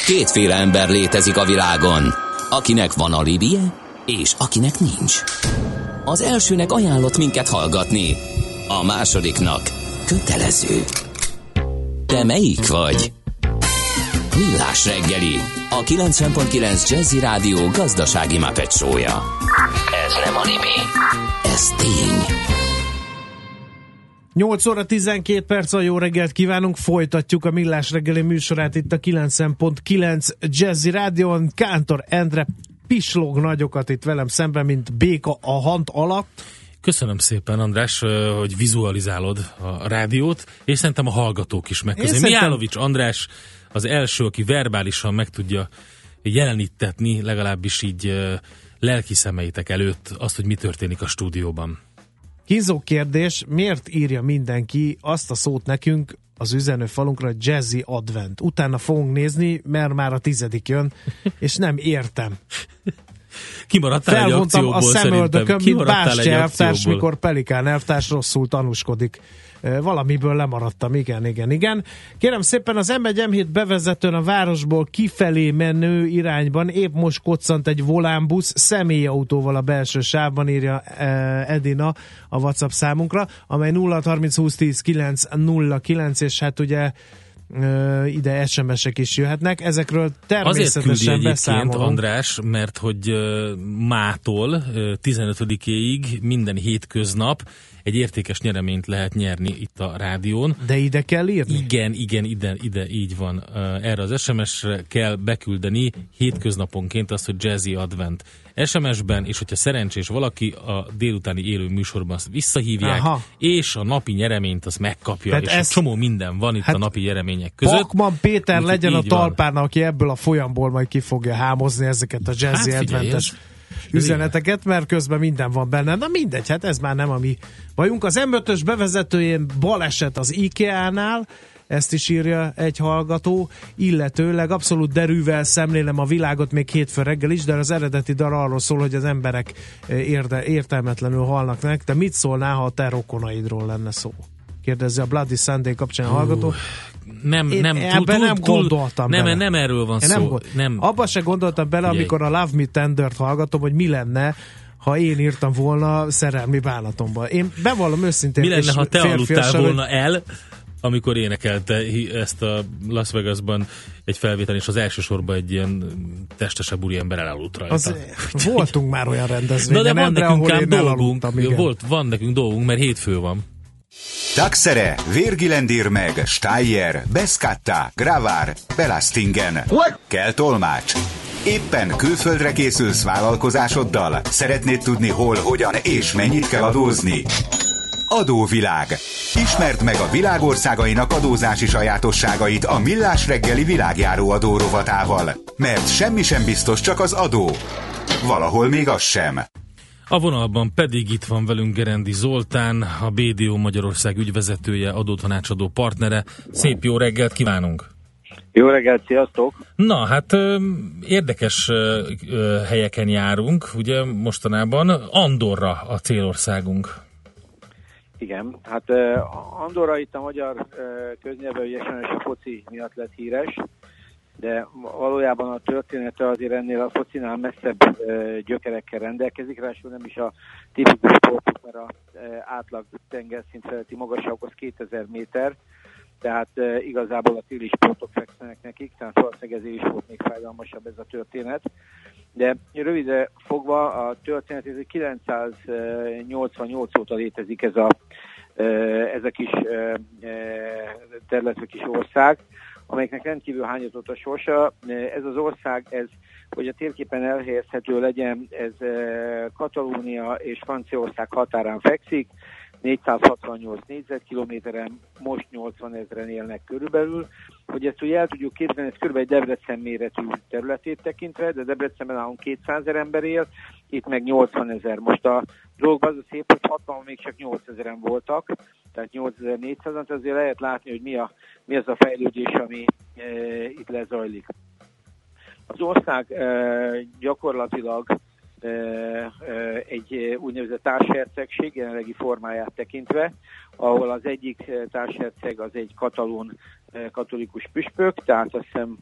Kétféle ember létezik a világon, akinek van alibije, és akinek nincs. Az elsőnek ajánlott minket hallgatni, a másodiknak kötelező. Te melyik vagy? Millás reggeli, a 90.9 Jazzy Rádió gazdasági Muppet show-ja. Ez nem anime, ez tény. 8 óra 12 perc, a jó reggelt kívánunk, folytatjuk a Millás reggeli műsorát itt a 90.9 Jazzy Rádión. Kántor Endre pislog nagyokat itt velem szemben, mint béka a hant alatt. Köszönöm szépen, András, hogy vizualizálod a rádiót, és szerintem a hallgatók is megközelítik. Mijálovics András az első, aki verbálisan meg tudja jelenítetni, legalábbis így lelki szemeitek előtt azt, hogy mi történik a stúdióban. Kínzó kérdés, miért írja mindenki azt a szót nekünk az üzenőfalunkra, hogy Jazzy Advent? Utána fogunk nézni, mert már a 10. jön, és nem értem. Kimaradtál egy akcióból a szemöldököm, mint Bástya elvtárs, mikor Pelikán elvtárs rosszul tanúskodik. Valamiből lemaradtam, igen. Kérem szépen, az M1-M7 bevezetőn a városból kifelé menő irányban épp most koccant egy volánbusz személyautóval a belső sávban, írja Edina a WhatsApp számunkra, amely 0630 és hát ugye ide SMS-ek is jöhetnek. Ezekről természetesen beszámolunk. András, mert hogy mától 15-éig minden hétköznap egy értékes nyereményt lehet nyerni itt a rádión. De ide kell írni? Igen, ide így van. Erre az SMS-re kell beküldeni hétköznaponként azt, hogy Jazzy Advent SMS-ben, és hogyha szerencsés valaki, a délutáni élő műsorban azt visszahívják, és a napi nyereményt azt megkapja, tehát és egy csomó minden van itt a napi nyeremények között. Pakman Péter legyen a talpán, aki ebből a folyamból majd ki fogja hámozni ezeket a Jazzy Adventes üzeneteket, mert közben minden van benne. Na mindegy, hát ez már nem a mi bajunk. Az M5-ös bevezetőjén baleset az IKEA-nál, ezt is írja egy hallgató, illetőleg abszolút derűvel szemlélem a világot még hétfő reggel is, de az eredeti dal arról szól, hogy az emberek értelmetlenül halnak meg. De mit szólnál, ha a te rokonaidról lenne szó? Kérdezi a Bloody Sunday kapcsán a hallgató. Nem gondoltam bele. Nem erről van szó. Abba se gondoltam bele, amikor a Love Me Tender-t hallgatom, hogy mi lenne, ha én írtam volna szerelmi bánatomba. Én bevallom őszintén. Mi lenne, ha te aludtál volna el, amikor énekelte ezt a Las Vegasban egy felvétel, és az első sorban egy ilyen testesebb úriember elaludt rajta. Voltunk már olyan rendezvényen, de van nekünk én elaludtam. Van nekünk dolgunk, mert hétfő van. Taxere, Virgilendir meg, Steyer, Beskatta, Gravár, Belastingen. Kell tolmács. Éppen külföldre készülsz vállalkozásoddal? Szeretnéd tudni hol, hogyan és mennyit kell adózni? Adóvilág. Ismerd meg a világországainak adózási sajátosságait a Millás reggeli világjáró adó rovatával. Mert semmi sem biztos, csak az adó. Valahol még az sem. A vonalban pedig itt van velünk Gerendi Zoltán, a BDO Magyarország ügyvezetője, adótanácsadó partnere. Szép jó reggelt kívánunk! Jó reggelt, sziasztok! Na, hát érdekes helyeken járunk, ugye mostanában. Andorra a célországunk. Igen, hát Andorra itt a magyar köznyelvben ügyesen a foci miatt lett híres, de valójában a története azért ennél a focinál messzebb gyökerekkel rendelkezik, ráadásul nem is a tipikus sportok, mert az átlag tengerszint feletti magassághoz 2000 méter, tehát igazából a téli sportok fekszenek nekik, tehát valószínűleg ezért is volt még fájdalmasabb ez a történet. De rövidre fogva a történet, ez 988 óta létezik ez a kis terület, kis ország, amelyeknek rendkívül hányatott a sorsa. Ez az ország, hogy a térképen elhelyezhető legyen, ez Katalónia és Franciaország határán fekszik, 468 négyzetkilométeren, most 80 000-en élnek körülbelül. Hogy ezt ugye el tudjuk képzelni, ez körülbelül egy Debrecen méretű területét tekintve, de Debrecenben állunk 200 000 ember él, itt meg 80 000. Most a dolgban az a szép, hogy 60 még csak 8 000-en voltak, tehát 8400-an, azért lehet látni, hogy mi az a fejlődés, ami itt lezajlik. Az ország gyakorlatilag egy úgynevezett társhercegség jelenlegi formáját tekintve, ahol az egyik társherceg az egy katalón katolikus püspök, tehát azt hiszem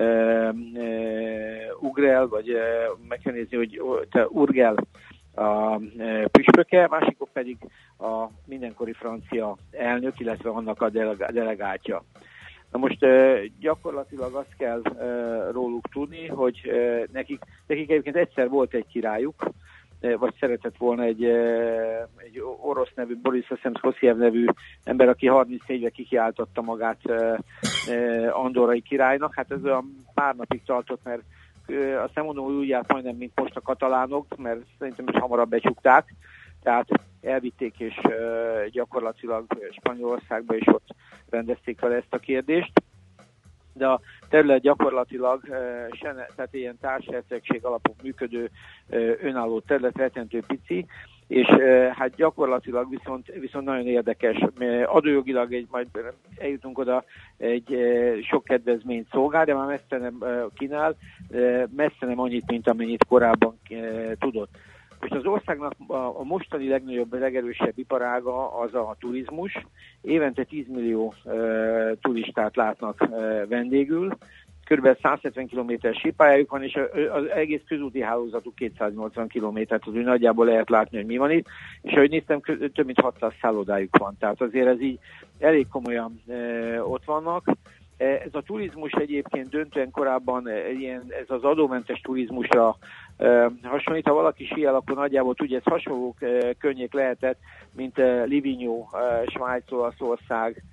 Ugrel, vagy meg kell nézni, hogy Urgel a püspöke, másikok pedig a mindenkori francia elnök, illetve annak a delegátja. Na most gyakorlatilag azt kell róluk tudni, hogy nekik egyébként egyszer volt egy királyuk, vagy szeretett volna egy orosz nevű, Boris Szemszkoszjev nevű ember, aki 34-re kikiáltotta magát andorrai királynak. Hát ez olyan pár napig tartott, mert azt nem mondom, hogy úgy járt majdnem, mint most a katalánok, mert szerintem is hamarabb becsukták. Tehát elvitték, és gyakorlatilag Spanyolországba is ott rendezték vele ezt a kérdést. De a terület gyakorlatilag tehát ilyen társhercegség alapon működő önálló terület, rettentő pici, és hát gyakorlatilag viszont nagyon érdekes. Adójogilag majd eljutunk oda, egy sok kedvezményt szolgál, de már messze nem kínál, messze nem annyit, mint amennyit korábban tudott. Most az országnak a mostani legnagyobb, legerősebb iparága az a turizmus. Évente 10 millió turistát látnak vendégül. Körülbelül 170 km sípályájuk van, és az egész közúti hálózatuk 280 km-t, az úgy nagyjából lehet látni, hogy mi van itt. És ahogy néztem, több mint 600 szállodájuk van. Tehát azért ez így elég komolyan ott vannak. Ez a turizmus egyébként döntően korábban ez az adómentes turizmusra hasonlít. Ha valaki síel, akkor nagyjából tudja, ez hasonló környék lehetett, mint Livigno, Svájc, Olaszország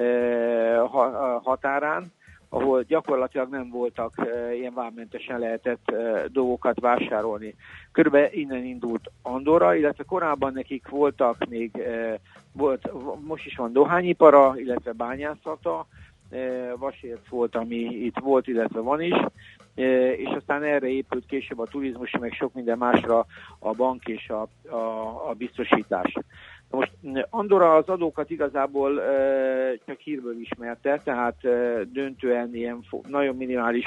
határán, ahol gyakorlatilag nem voltak, ilyen vámmentesen lehetett dolgokat vásárolni. Körülbelül innen indult Andorra, illetve korábban nekik voltak még, most is van dohányipara, illetve bányászata, vasérc volt, ami itt volt, illetve van is, és aztán erre épült később a turizmus, meg sok minden másra a bank és a biztosítás. Most Andorra az adókat igazából csak hírből ismerte, tehát döntően ilyen nagyon minimális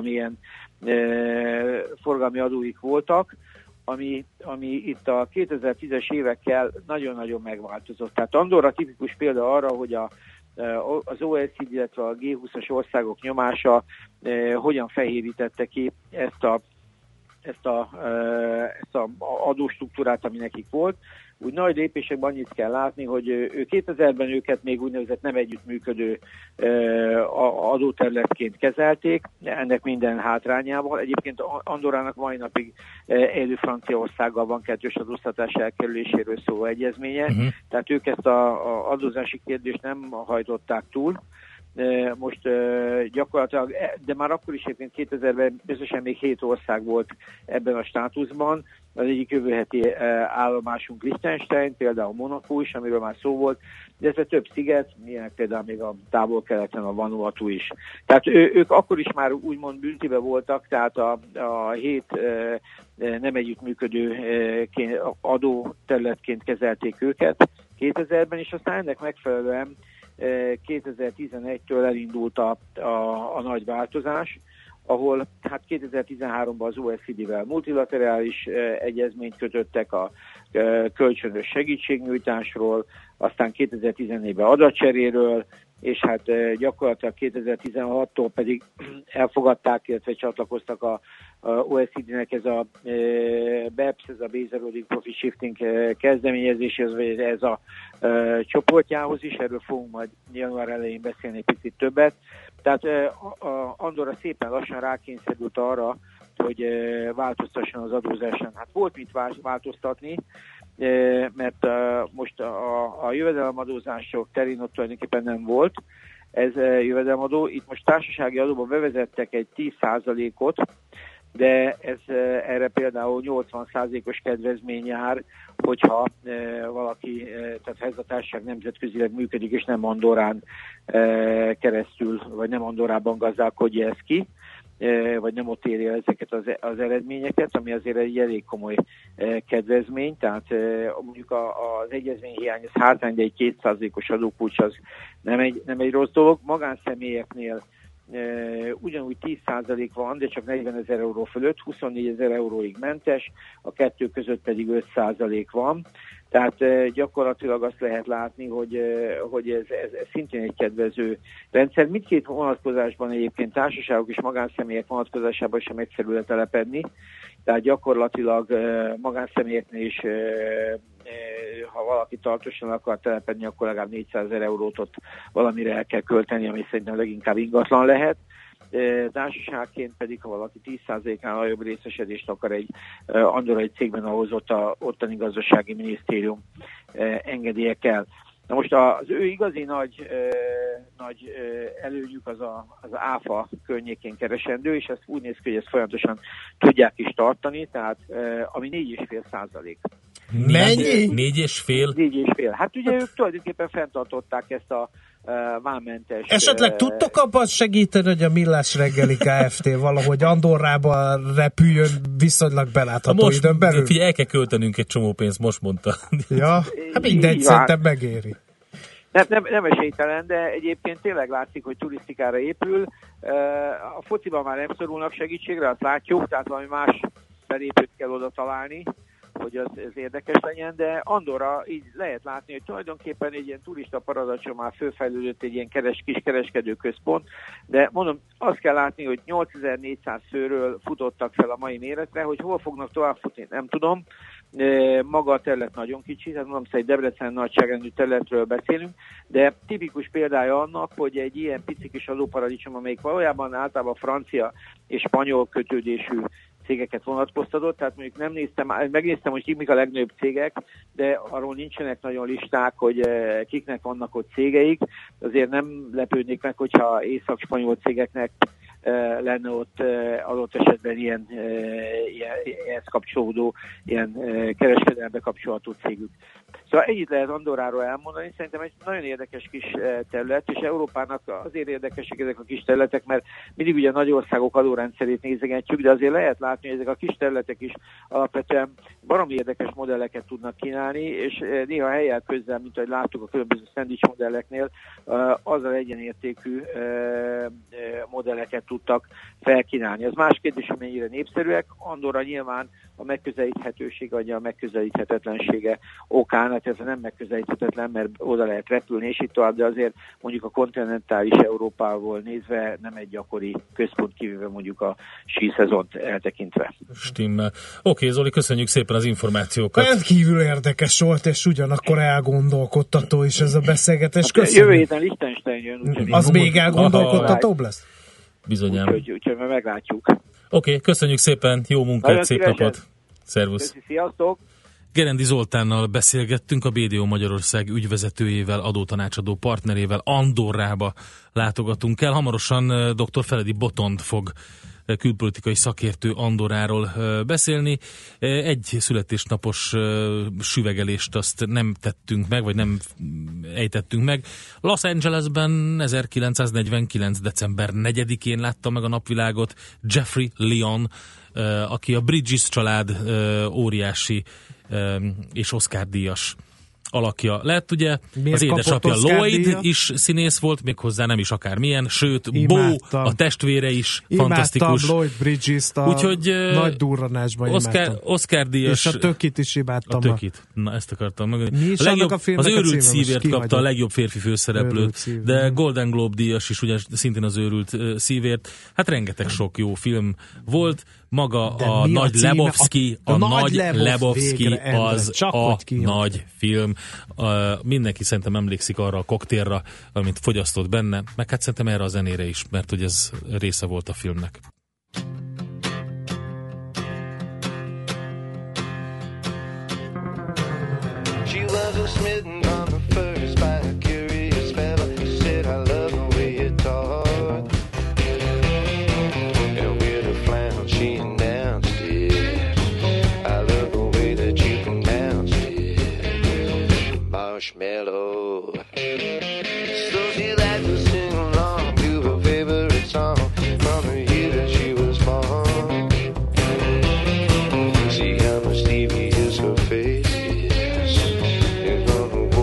forgalmi adóik voltak, ami itt a 2010-es évekkel nagyon-nagyon megváltozott. Tehát Andorra tipikus példa arra, hogy az OECD, illetve a G20-as országok nyomása hogyan fehérítette ki ezt a adóstruktúrát, ami nekik volt. Úgy nagy lépésekben annyit kell látni, hogy 2000-ben őket még úgynevezett nem együttműködő adóterületként kezelték, ennek minden hátrányával. Egyébként Andorrának mai napig élő Franciaországgal van kettős adóztatás elkerüléséről szóló egyezménye, tehát ők ezt az adózási kérdést nem hajtották túl. Most gyakorlatilag, de már akkor is egyébként 2000-ben összesen még 7 ország volt ebben a státuszban. Az egyik jövő heti állomásunk Liechtenstein, például Monaco is, amiről már szó volt, illetve több sziget, milyenek például még a távol-keleten a Vanuatu is. Tehát ők akkor is már úgymond büntibe voltak, tehát a 7 nem együttműködő adóterületként kezelték őket 2000-ben, és aztán ennek megfelelően 2011-től elindult a nagy változás, ahol hát 2013-ban az OECD-vel multilaterális egyezményt kötöttek a kölcsönös segítségnyújtásról, aztán 2014-ben adatcseréről, és hát gyakorlatilag 2016-tól pedig elfogadták, illetve csatlakoztak a OECD-nek ez a BEPS, ez a Base Eroding Profit Shifting kezdeményezéshez, vagy ez a csoportjához is, erről fogunk majd január elején beszélni egy picit többet. Tehát Andorra szépen lassan rákényszerült arra, hogy változtasson az adózásán. Hát volt mit változtatni, mert most a jövedelemadózások terén ott tulajdonképpen nem volt ez jövedelemadó. Itt most társasági adóban bevezettek egy 10%-ot, de erre például 80%-os kedvezmény jár, hogyha valaki, tehát ha ez a társaság nemzetközileg működik, és nem Andorrán keresztül, vagy nem Andorrában gazdálkodja ez ki, vagy nem ott érje ezeket az eredményeket, ami azért egy elég komoly kedvezmény, tehát mondjuk az egyezmény hiány, az hátrány, de egy 2%-os adókulcs az nem egy rossz dolog. Magánszemélyeknél ugyanúgy 10% van, de csak 40 000 euró fölött, 24 000 euróig mentes, a kettő között pedig 5% van. Tehát gyakorlatilag azt lehet látni, hogy ez szintén egy kedvező rendszer. Mindkét vonatkozásban egyébként társaságok és magánszemélyek vonatkozásában sem egyszerű letelepedni. Tehát gyakorlatilag magánszemélyeknél is, ha valaki tartósan akar telepedni, akkor legalább 400 000 eurót ott valamire el kell költeni, ami szerintem leginkább ingatlan lehet. Társaságként pedig, ha valaki 10%-nál nagyobb részesedést akar egy andorrai cégben, ahhoz ott a ottani gazdasági minisztérium engedélye kell. Na most az ő igazi nagy előnyük az áfa környékén keresendő, és ezt úgy néz ki, hogy ezt folyamatosan tudják is tartani, tehát ami 4,5%. Mennyi? 4,5? 4,5. Hát ugye ők tulajdonképpen fenntartották ezt a vámmentes... Esetleg tudtok abban segíteni, hogy a Millás reggeli Kft. Valahogy Andorrába repüljön viszonylag belátható időn belül? Figyelj, el kell költenünk egy csomó pénzt, most mondta. Ja, hát mindegy, szerintem megéri. Nem esélytelen, de egyébként tényleg látszik, hogy turisztikára épül. A fociban már nem szorulnak segítségre, azt látjuk, tehát valami más belépőt kell oda találni, hogy az érdekes legyen, de Andorra így lehet látni, hogy tulajdonképpen egy ilyen turista paradicsom már fölfejlődött egy ilyen kis kereskedő központ, de mondom, azt kell látni, hogy 8400 főről futottak fel a mai méretre, hogy hol fognak tovább futni, nem tudom. Maga a terület nagyon kicsi, tehát mondom, egy Debrecen nagyságrendű területről beszélünk, de tipikus példája annak, hogy egy ilyen pici kis adóparadicsom, amelyik valójában általában francia és spanyol kötődésű cégeket vonatkoztatott, tehát mondjuk megnéztem, hogy mik a legnagyobb cégek, de arról nincsenek nagyon listák, hogy kiknek vannak ott cégeik. Azért nem lepődnék meg, hogyha észak-spanyol cégeknek lenne ott adott esetben ehhez kapcsolódó, ilyen kereskedelembe kapcsolható cégük. Szóval ennyit lehet Andorráról elmondani, szerintem egy nagyon érdekes kis terület, és Európának azért érdekesek ezek a kis területek, mert mindig ugye a nagy országok adórendszerét nézegetjük, de azért lehet látni, hogy ezek a kis területek is alapvetően baromi érdekes modelleket tudnak kínálni, és néha helyel közel, mint ahogy láttuk a különböző szendvics modelleknél, azzal egyenértékű modelleket tudtak felkínálni. Az más kérdés, hogy mennyire népszerűek. Andorra nyilván a megközelíthetősége, vagy a megközelíthetetlensége okán, hát ez nem megközelíthetetlen, mert oda lehet repülni, és itt tovább, de azért mondjuk a kontinentális Európából nézve nem egy gyakori központ, kivéve mondjuk a síszezont eltekintve. Stimmel. Oké, Zoli, köszönjük szépen az információkat. Rendkívül érdekes volt, és ugyanakkor elgondolkodtató is ez a beszélgetés. Köszönjük. Jövő héten Liechtenstein jön. Az még elgondolkodtatóbb lesz? Bizonyám. Úgyhogy meglátjuk. Oké, köszönjük szépen, jó munkát, nagyon szép napot. Szervusz. Köszi, sziasztok. Gerendi Zoltánnal beszélgettünk, a BDO Magyarország ügyvezetőjével, adótanácsadó partnerével. Andorrába látogatunk el. Hamarosan dr. Feledi Botond fog külpolitikai szakértő Andorráról beszélni. Egy születésnapos süvegelést azt nem tettünk meg, vagy nem ejtettünk meg. Los Angelesben 1949. december 4-én látta meg a napvilágot Jeffrey Leon, aki a Bridges család óriási és Oscar-díjas alakja lett, ugye. Miért az édesapja Lloyd is színész volt, méghozzá nem is akármilyen, sőt, Bo, a testvére is fantasztikus. Imádtam Lloyd Bridges-t a nagy durranásban Oscar-díjas. És a Tökit is imádtam. A Tökit. Na, ezt akartam meg. Az őrült szívért kapta a legjobb férfi főszereplőt, de Golden Globe díjas is, ugye szintén az őrült szívért. Hát rengeteg sok jó film volt. Maga a Nagy Lebowski, a Nagy Lebowski az a nagy film. Mindenki szerintem emlékszik arra a koktélra, amit fogyasztott benne, meg hát szerintem erre a zenére is, mert hogy ez része volt a filmnek. She was smitten on the first by a curious fella who said I love the way you talk. And with a flannel she announced it. I love the way that you pronounced it. Marshmallow. So she liked to sing along to her favorite song from the year that she was born. See how much devious her face is. She's gonna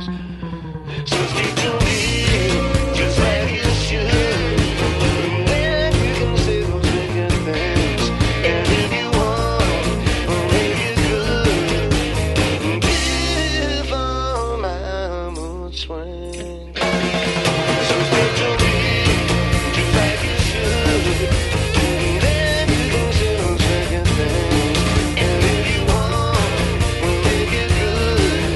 So stick to me, just like you should. Then you can say those wicked things. And if you want, we'll make it good. Give all my mood swings. So stick to me, just like you should. Then you can say those wicked things. And if you want, we'll make it good.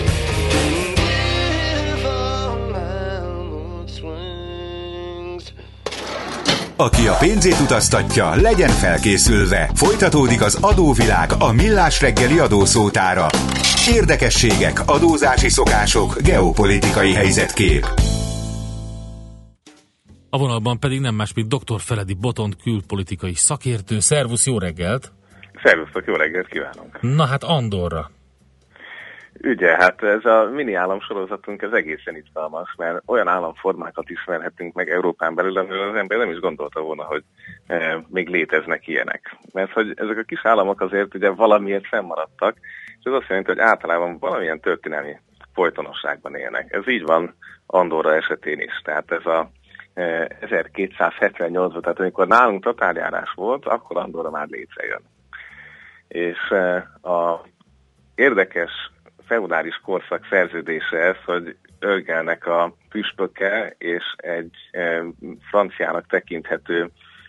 Give all my mood swings. Aki a pénzét utaztatja, legyen felkészülve. Folytatódik az adóvilág a Millás reggeli adószótára. Érdekességek, adózási szokások, geopolitikai helyzetkép. A vonalban pedig nem más, mint dr. Feledi Botond külpolitikai szakértő. Szervusz, jó reggelt! Szervusztok, jó reggelt kívánunk! Na hát Andorra. Ugye, hát ez a mini államsorozatunk ez egészen izgalmas, mert olyan államformákat ismerhetünk meg Európán belül, amiről az ember nem is gondolta volna, hogy még léteznek ilyenek. Mert hogy ezek a kis államok azért ugye valamiért fennmaradtak, és ez azt jelenti, hogy általában valamilyen történelmi folytonosságban élnek. Ez így van Andorra esetén is. Tehát ez a 1278-ban, tehát amikor nálunk tatárjárás volt, akkor Andorra már létrejön. És a érdekes feudális korszak szerződése ez, hogy Örgelnek a püspöke és egy franciának tekinthető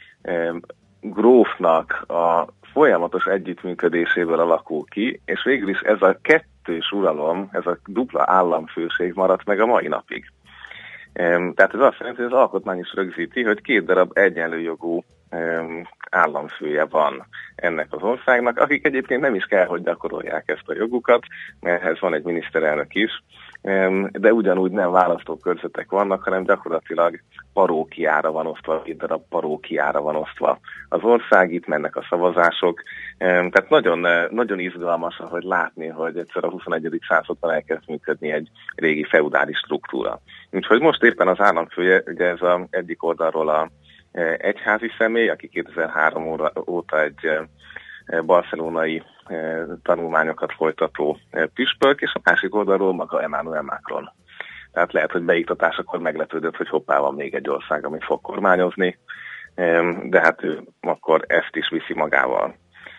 grófnak a folyamatos együttműködéséből alakul ki, és végül is ez a kettős uralom, ez a dupla államfőség maradt meg a mai napig. Tehát ez azt jelenti, hogy az alkotmány is rögzíti, hogy 2 darab egyenlő jogú államfője van ennek az országnak, akik egyébként nem is kell, hogy gyakorolják ezt a jogukat, mert ehhez van egy miniszterelnök is, de ugyanúgy nem választókörzetek vannak, hanem gyakorlatilag parókiára van osztva, 2 darab parókiára van osztva az ország, itt mennek a szavazások, tehát nagyon, nagyon izgalmas, ahogy látni, hogy egyszer a 21. században elkezd működni egy régi feudális struktúra. Úgyhogy most éppen az államfője, ugye ez az egyik oldalról a egyházi személy, aki 2003 óta egy barcelonai tanulmányokat folytató püspök, és a másik oldalról maga Emmanuel Macron. Tehát lehet, hogy beiktatásakor meglepődött, hogy hoppá, van még egy ország, ami fog kormányozni, de hát ő akkor ezt is viszi magával.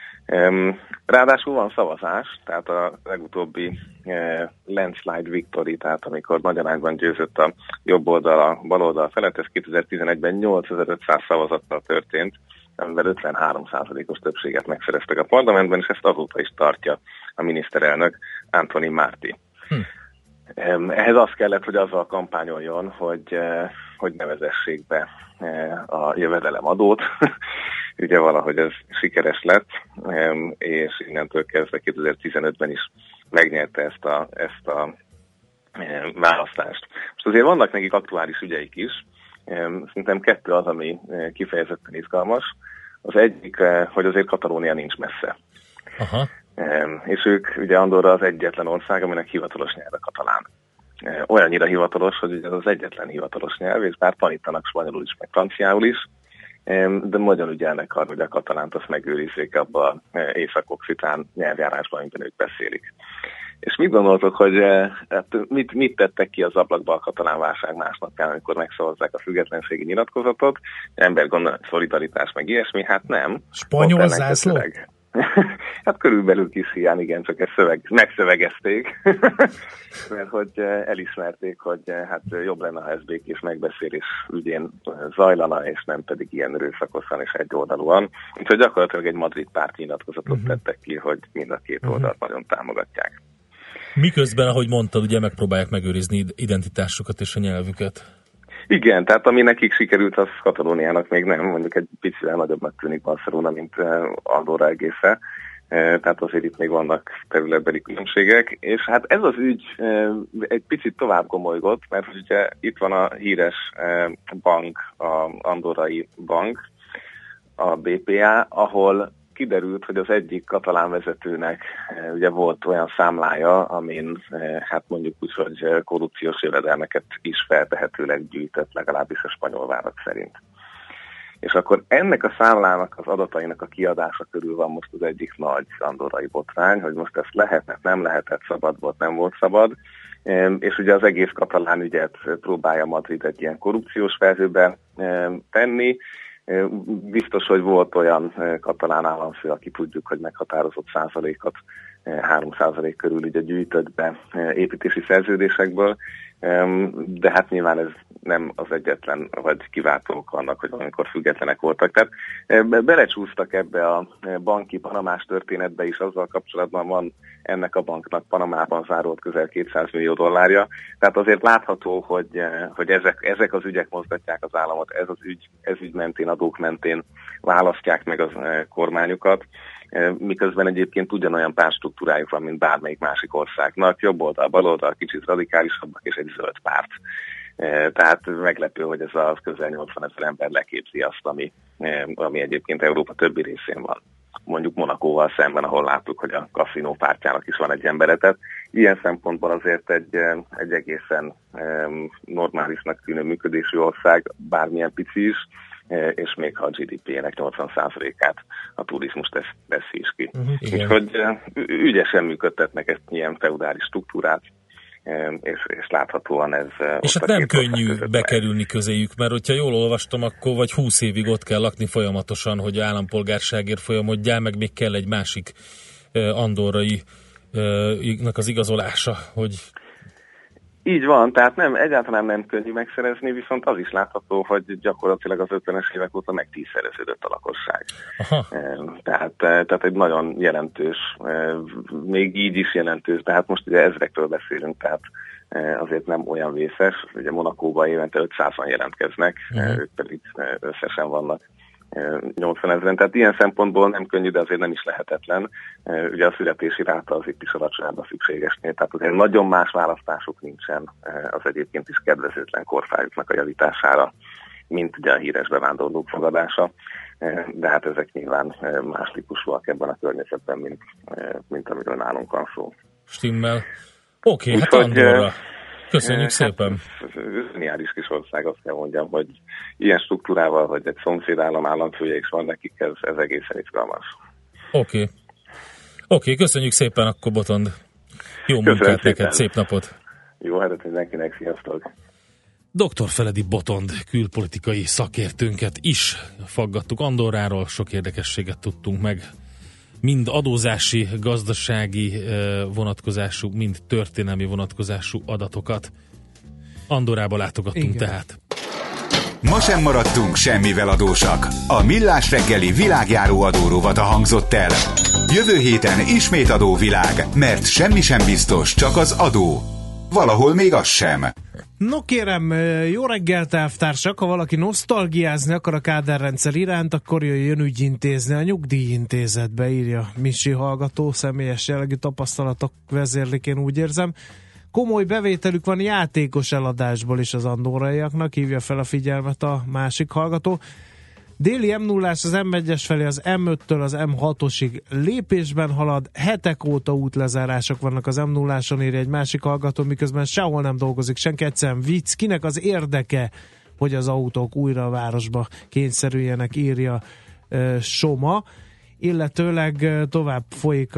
Ráadásul van szavazás, tehát a legutóbbi landslide victory, tehát amikor nagyarányban győzött a jobb oldal a bal oldal felett, ez 2011-ben 8500 szavazattal történt, amivel 53%-os többséget megszereztek a parlamentben, és ezt azóta is tartja a miniszterelnök Anthony Marti. Ehhez az kellett, hogy azzal kampányoljon, hogy ne vezessék be a jövedelemadót. Ugye valahogy ez sikeres lett, és innentől kezdve 2015-ben is megnyerte ezt a választást. Most azért vannak nekik aktuális ügyeik is, szerintem 2 az, ami kifejezetten izgalmas. Az egyik, hogy azért Katalónia nincs messze. Aha. És ők, ugye Andorra az egyetlen ország, aminek hivatalos nyelve katalán. Olyannyira hivatalos, hogy ugye az egyetlen hivatalos nyelv, és bár tanítanak spanyolul is, meg franciául is, de nagyon ügyelnek arra, hogy a katalánt azt megőrizzék abban az észak-occitán nyelvjárásban, amiben ők beszélik. És mit gondoltok, hogy mit tettek ki az ablakba a katalán válság másnapján, amikor megszavazzák a függetlenségi nyilatkozatot? Ember gondol, szolidaritás, meg ilyesmi, hát nem. Spanyol zászló? Hát körülbelül kis hiány, igen, csak ezt megszövegezték, mert hogy elismerték, hogy hát jobb lenne, ha ez békés megbeszélés ügyén zajlana, és nem pedig ilyen erőszakosan és egyoldalúan. Úgyhogy gyakorlatilag egy Madrid párt nyilatkozatot tettek ki, hogy mind a 2 oldalt nagyon támogatják. Miközben, ahogy mondtad, ugye megpróbálják megőrizni identitásukat és a nyelvüket. Igen, tehát ami nekik sikerült, az Katalóniának még nem, mondjuk egy picivel nagyobbnak tűnik Barcelona, mint Andorra egésze. Tehát azért itt még vannak területbeli különbségek, és hát ez az ügy egy picit tovább gomolygott, mert ugye itt van a híres bank, az andorrai bank, a BPA, ahol kiderült, hogy az egyik katalán vezetőnek ugye volt olyan számlája, amin hát mondjuk úgy, hogy korrupciós jövedelmeket is feltehetőleg gyűjtött, legalábbis a spanyol vádak szerint. És akkor ennek a számlának az adatainak a kiadása körül van most az egyik nagy andorrai botrány, hogy most ezt lehetett, nem lehetett, szabad volt, nem volt szabad, és ugye az egész katalán ügyet próbálja Madrid egy ilyen korrupciós felhőbe tenni. Biztos, hogy volt olyan katalán államfő, aki tudjuk, hogy meghatározott százalékot, 3% körül ugye gyűjtött be építési szerződésekből, de hát nyilván ez nem az egyetlen, vagy kiváltók annak, hogy valamikor függetlenek voltak. Tehát belecsúsztak ebbe a banki panamás történetbe is, azzal kapcsolatban van ennek a banknak Panamában zárolt közel $200 millió. Tehát azért látható, hogy ezek az ügyek mozgatják az államot, ez ügy mentén, adók mentén választják meg az kormányukat, miközben egyébként ugyanolyan pártstruktúrájuk van, mint bármelyik másik országnak, jobb oldal, bal oldal, kicsit radikálisabbak és egy zöld párt. Tehát meglepő, hogy ez a közel 80 000 ember leképzi azt, ami egyébként Európa többi részén van. Mondjuk Monakóval szemben, ahol láttuk, hogy a kaszinó pártjának is van egy embere. Tehát ilyen szempontból azért egy egészen normálisnak tűnő működésű ország, bármilyen pici is, és még ha a GDP-nek 80%-át a turizmus teszi is ki. Úgyhogy ügyesen működtetnek ezt ilyen feudális struktúrát, és láthatóan ez... És hát nem könnyű bekerülni közéjük, mert hogyha jól olvastam, akkor vagy 20 évig ott kell lakni folyamatosan, hogy állampolgárságért folyamodjál, meg még kell egy másik andorrai-nak az igazolása, hogy... Így van, tehát egyáltalán nem könnyű megszerezni, viszont az is látható, hogy gyakorlatilag az 50-es évek óta meg 10-szereződött a lakosság. Tehát egy nagyon jelentős, még így is jelentős, tehát most ugye ezrekről beszélünk, tehát azért nem olyan vészes. Ugye Monakóban évente 500-an jelentkeznek, ők pedig összesen vannak 80 000, tehát ilyen szempontból nem könnyű, de azért nem is lehetetlen. Ugye a születési ráta az itt is alacsonyabb a szükségesnél, tehát azért nagyon más választásuk nincsen az egyébként is kedvezőtlen korfájuknak a javítására, mint ugye a híres bevándorlók fogadása, de hát ezek nyilván más típusúak ebben a környezetben, mint amiről nálunk van szó. Stimmel. Oké, hát Andorra. Köszönjük szépen. Zseniális kis ország, azt kell mondjam, hogy ilyen struktúrával, hogy egy szomszédállam államfője is van nekik, ez egészen izgalmas. Oké, köszönjük szépen akkor, Botond. Jó munkát neked, szép napot. Jó hetet mindenkinek, sziasztok. Dr. Feledi Botond külpolitikai szakértőnket is faggattuk Andorráról, sok érdekességet tudtunk meg. Mind adózási, gazdasági vonatkozású, mind történelmi vonatkozású adatokat. Andorrába látogattunk tehát. Ma sem maradtunk semmivel adósak. A Millás reggeli világjáró adórovata hangzott el. Jövő héten ismét adóvilág, mert semmi sem biztos, csak az adó. Valahol még az sem. No kérem, jó reggelt, elvtársak! Ha valaki nosztalgiázni akar a kádárrendszer iránt, akkor jöjjön ügyintézni a nyugdíjintézetbe, írja Misi hallgató, személyes jellegű tapasztalatok vezérlik, én úgy érzem. Komoly bevételük van játékos eladásból is az andorraiaknak, hívja fel a figyelmet a másik hallgató. Déli M0-ás az M1-es felé az M5-től az M6-osig lépésben halad, hetek óta útlezárások vannak az M0-áson, írja egy másik hallgató, miközben sehol nem dolgozik senki, egyszerűen vicc. Kinek az érdeke, hogy az autók újra a városba kényszerüljenek, írja Soma. Illetőleg tovább folyik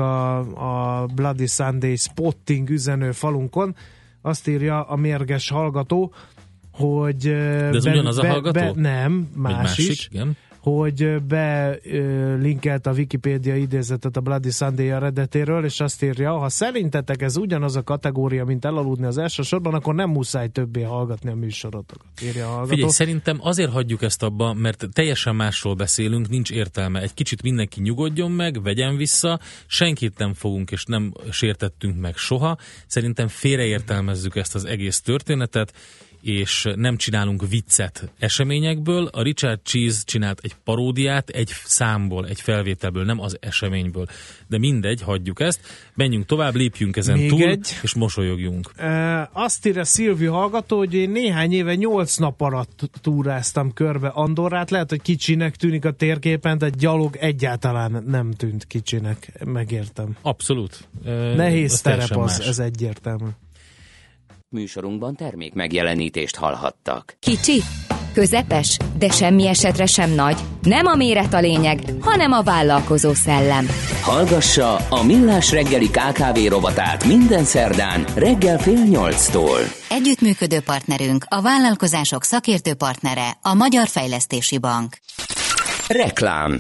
a Bloody Sunday spotting üzenő falunkon. Azt írja a mérges hallgató, hogy... De ez ugyanaz a hallgató? Nem, másik is. Igen. Hogy belinkelt a Wikipédia idézetet a Bloody Sunday eredetéről, és azt írja, ha szerintetek ez ugyanaz a kategória, mint elaludni az első sorban, akkor nem muszáj többé hallgatni a műsorotokat, írja a hallgató. Figyelj, szerintem azért hagyjuk ezt abba, mert teljesen másról beszélünk, nincs értelme. Egy kicsit mindenki nyugodjon meg, vegyen vissza, senkit nem fogunk és nem sértettünk meg soha. Szerintem félreértelmezzük ezt az egész történetet, és nem csinálunk viccet eseményekből. A Richard Cheese csinált egy paródiát egy számból, egy felvételből, nem az eseményből. De mindegy, hagyjuk ezt, menjünk tovább, lépjünk ezen még túl, és mosolyogjunk. Azt írja Szilvi hallgató, hogy én néhány éve 8 nap alatt túráztam körbe Andorrát. Lehet, hogy kicsinek tűnik a térképen, de gyalog egyáltalán nem tűnt kicsinek. Megértem. Abszolút. Nehéz terep az, ez egyértelmű. Műsorunkban termék megjelenítést hallhattak. Kicsi, Közepes, de semmi esetre sem nagy. Nem a méret a lényeg, hanem a vállalkozó szellem. Hallgassa a Millás reggeli KKV rovatát minden szerdán reggel 7:30-tól. Együttműködő partnerünk, a vállalkozások szakértő partnere, a Magyar Fejlesztési Bank. Reklám.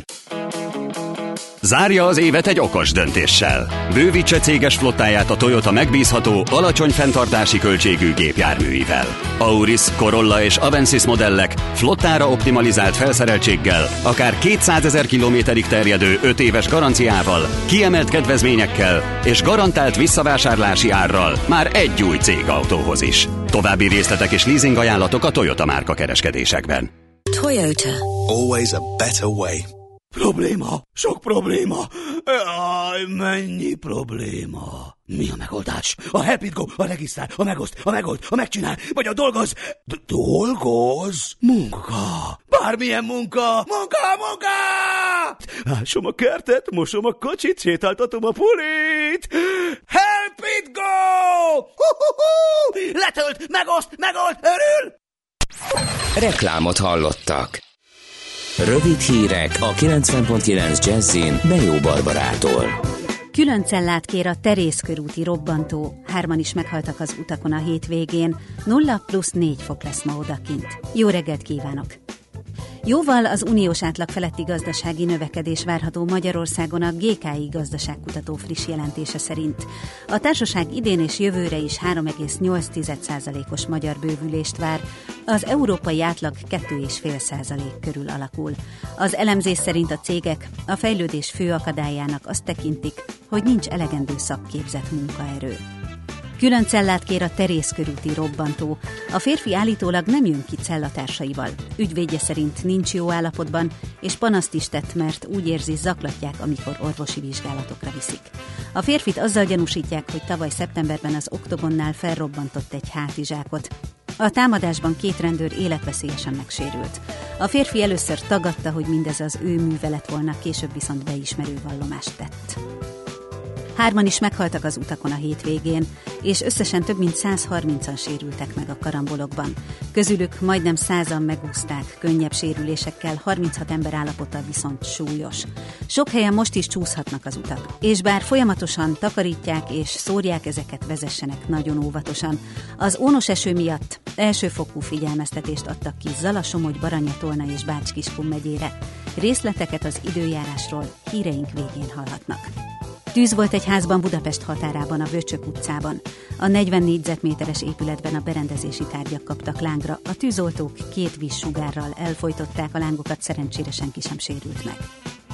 Zárja az évet egy okos döntéssel. Bővítse céges flottáját a Toyota megbízható, alacsony fenntartási költségű gépjárműivel. Auris, Corolla és Avensis modellek flottára optimalizált felszereltséggel, akár 200 000 kilométerig terjedő 5 éves garanciával, kiemelt kedvezményekkel és garantált visszavásárlási árral már egy új cégautóhoz is. További részletek és leasing ajánlatok a Toyota márka kereskedésekben. Toyota. Always a better way. Probléma, sok probléma. Aj, mennyi probléma. Mi a megoldás? A Help It Go, a regisztrál, a megoszt, a megold, a megcsinál, vagy a dolgoz. Dolgoz? Munka. Bármilyen munka. Munka! Ásom a kertet, mosom a kocsit, sétáltatom a pulit. Help It Go! Letölt, megoszt, megold, örül. Reklámot hallottak. Rövid hírek a 90.9 Jazzin Bejó Barbarától. Külön cellát kér a Terész-körúti robbantó. 3-an is meghaltak az utakon a hétvégén. 0+4 fok lesz ma odakint. Jó reggelt kívánok! Jóval az uniós átlag feletti gazdasági növekedés várható Magyarországon a GKI gazdaságkutató friss jelentése szerint. A társaság idén és jövőre is 3,8%-os magyar bővülést vár, az európai átlag 2,5% körül alakul. Az elemzés szerint a cégek a fejlődés fő akadályának azt tekintik, hogy nincs elegendő szakképzett munkaerő. Külön cellát kér a Terész-körúti robbantó. A férfi állítólag nem jön ki cellatársaival. Ügyvédje szerint nincs jó állapotban, és panaszt is tett, mert úgy érzi, zaklatják, amikor orvosi vizsgálatokra viszik. A férfit azzal gyanúsítják, hogy tavaly szeptemberben az Oktogonnál felrobbantott egy hátizsákot. A támadásban 2 rendőr életveszélyesen megsérült. A férfi először tagadta, hogy mindez az ő műve lett volna, később viszont beismerő vallomást tett. 3-an is meghaltak az utakon a hétvégén, és összesen több mint 130-an sérültek meg a karambolokban. Közülük majdnem 100-an megúszták könnyebb sérülésekkel, 36 ember állapota viszont súlyos. Sok helyen most is csúszhatnak az utak, és bár folyamatosan takarítják és szórják ezeket, vezessenek nagyon óvatosan. Az ónos eső miatt elsőfokú figyelmeztetést adtak ki Zala, Somogy, Baranya, Tolna és Bács-Kiskun megyére. Részleteket az időjárásról híreink végén hallhatnak. Tűz volt egy házban Budapest határában, a Vöcsök utcában. A 40 négyzetméteres épületben a berendezési tárgyak kaptak lángra. A tűzoltók 2 vízsugárral elfojtották a lángokat, szerencsére senki sem sérült meg.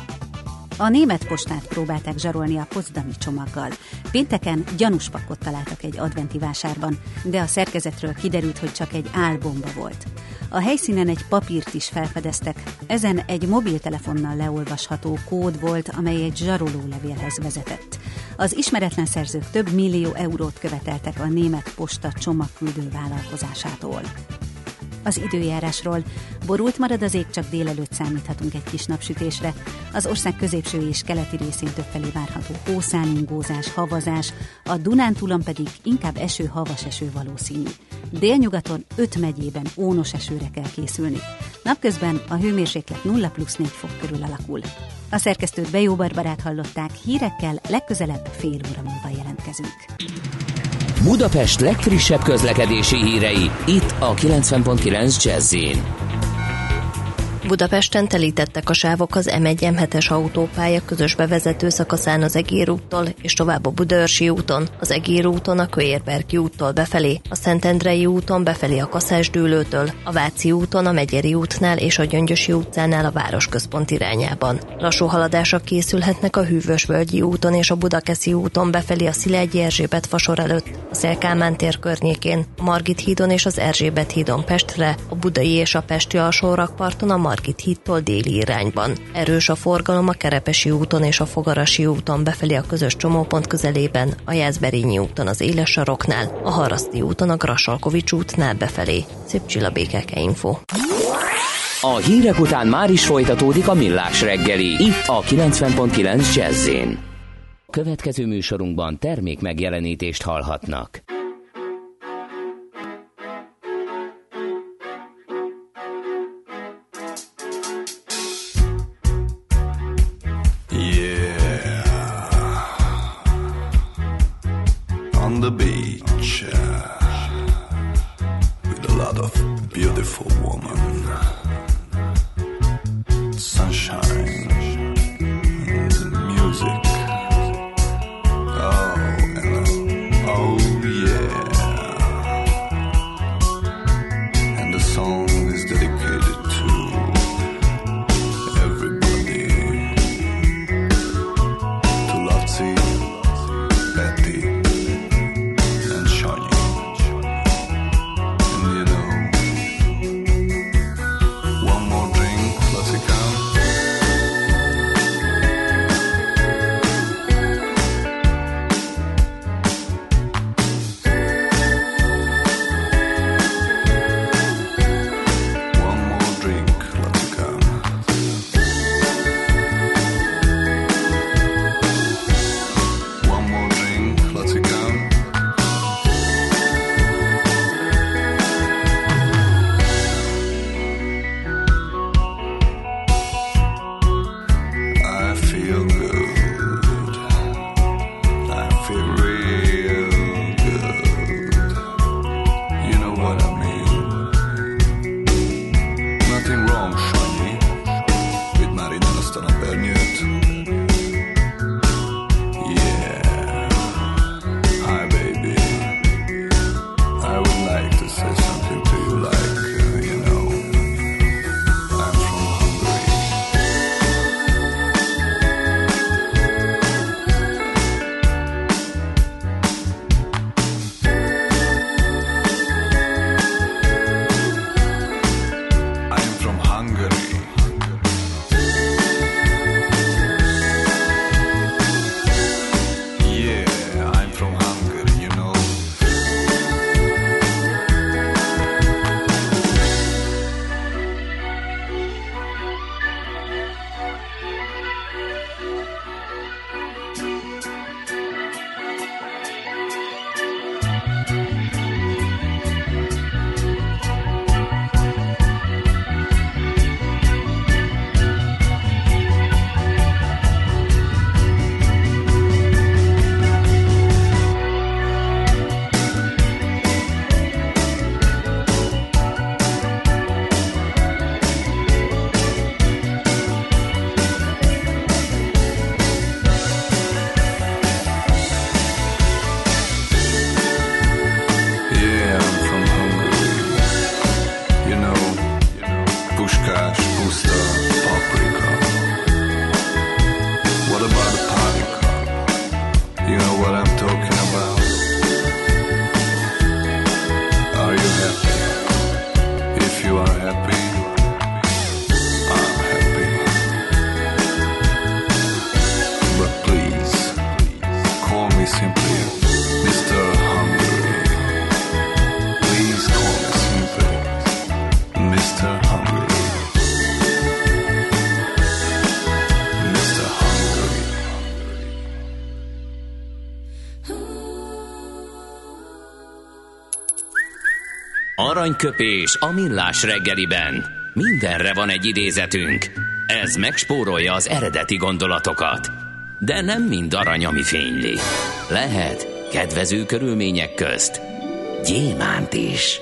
A német postát próbálták zsarolni a potsdami csomaggal. Pénteken gyanús pakkot találtak egy adventi vásárban, de a szerkezetről kiderült, hogy csak egy álbomba volt. A helyszínen egy papírt is felfedeztek, ezen egy mobiltelefonnal leolvasható kód volt, amely egy zsarolólevélhez vezetett. Az ismeretlen szerzők több millió eurót követeltek a német posta csomagküldő vállalkozásától. Az időjárásról: borult marad az ég, csak délelőtt számíthatunk egy kis napsütésre. Az ország középső és keleti részén többfelé várható hószálingózás, havazás, a Dunántúlon pedig inkább eső-havas eső valószínű. Délnyugaton 5 megyében ónos esőre kell készülni. Napközben a hőmérséklet 0+4 fok körül alakul. A szerkesztőt Bejó Barbarát hallották, hírekkel legközelebb fél óra múlva jelentkezünk. Budapest legfrissebb közlekedési hírei, itt a 90.9 Jazz-in. Budapesten telítettek a sávok az M1-M7-es autópálya közös bevezető szakaszán az Egér úttól, és tovább a Budaörsi úton, az Egér úton a Kőérberki úttól befelé, a Szentendrei úton befelé a Kaszás-dőlőtől, a Váci úton a Megyeri útnál és a Gyöngyösi utcánál a városközpont irányában. Lassú haladások készülhetnek a Hűvösvölgyi úton és a Budakeszi úton befelé a Szilágyi Erzsébet fasor előtt, a Széll-Kálmán tér környékén, a Margit hídon és az Erzsébet hídon Pestre, a Budai és a Pesti alsórakparton a Margit hídtól déli irányban. Erős a forgalom a Kerepesi úton és a Fogarasi úton befelé a közös csomópont közelében, a Jászberényi úton az Éles saroknál, a Haraszti úton a Grassalkovics útnál befelé. Szép Csilla, BKK Info. A hírek után már is folytatódik a Millás reggeli, itt a 90.9 Jazz-in. Következő műsorunkban termék megjelenítést hallhatnak. of beautiful woman. Sunshine, music. Oh, and oh yeah. And the song is dedicated to everybody. To Lotzi, Betty, and Shawnee. And you know, one more drink, Classica. One more drink, Classica. One more drink, Classica. I feel good. I feel real good. You know what I mean? Nothing wrong, Shawnee, with már innen azt a napernyőt. Yeah. Hi, baby. I would like to say something to you like, you know, I'm from Hungary. I'm from Hungary. Yeah, I'm from Hungary, you know. Yeah, I'm from Hungary. You know, Puskás, Puszta, Paprika. What about a party cup? You know what I'm talking about? Are you happy? If you are happy, I'm happy. But please, call me simply Mr. Hungary. Please call me simply Mr. Hungary. Mr. Hungary. Aranyköpés a millás reggeliben. Mindenre van egy idézetünk. Ez megspórolja az eredeti gondolatokat. De nem mind arany, ami fényli. Lehet kedvező körülmények közt gyémánt is.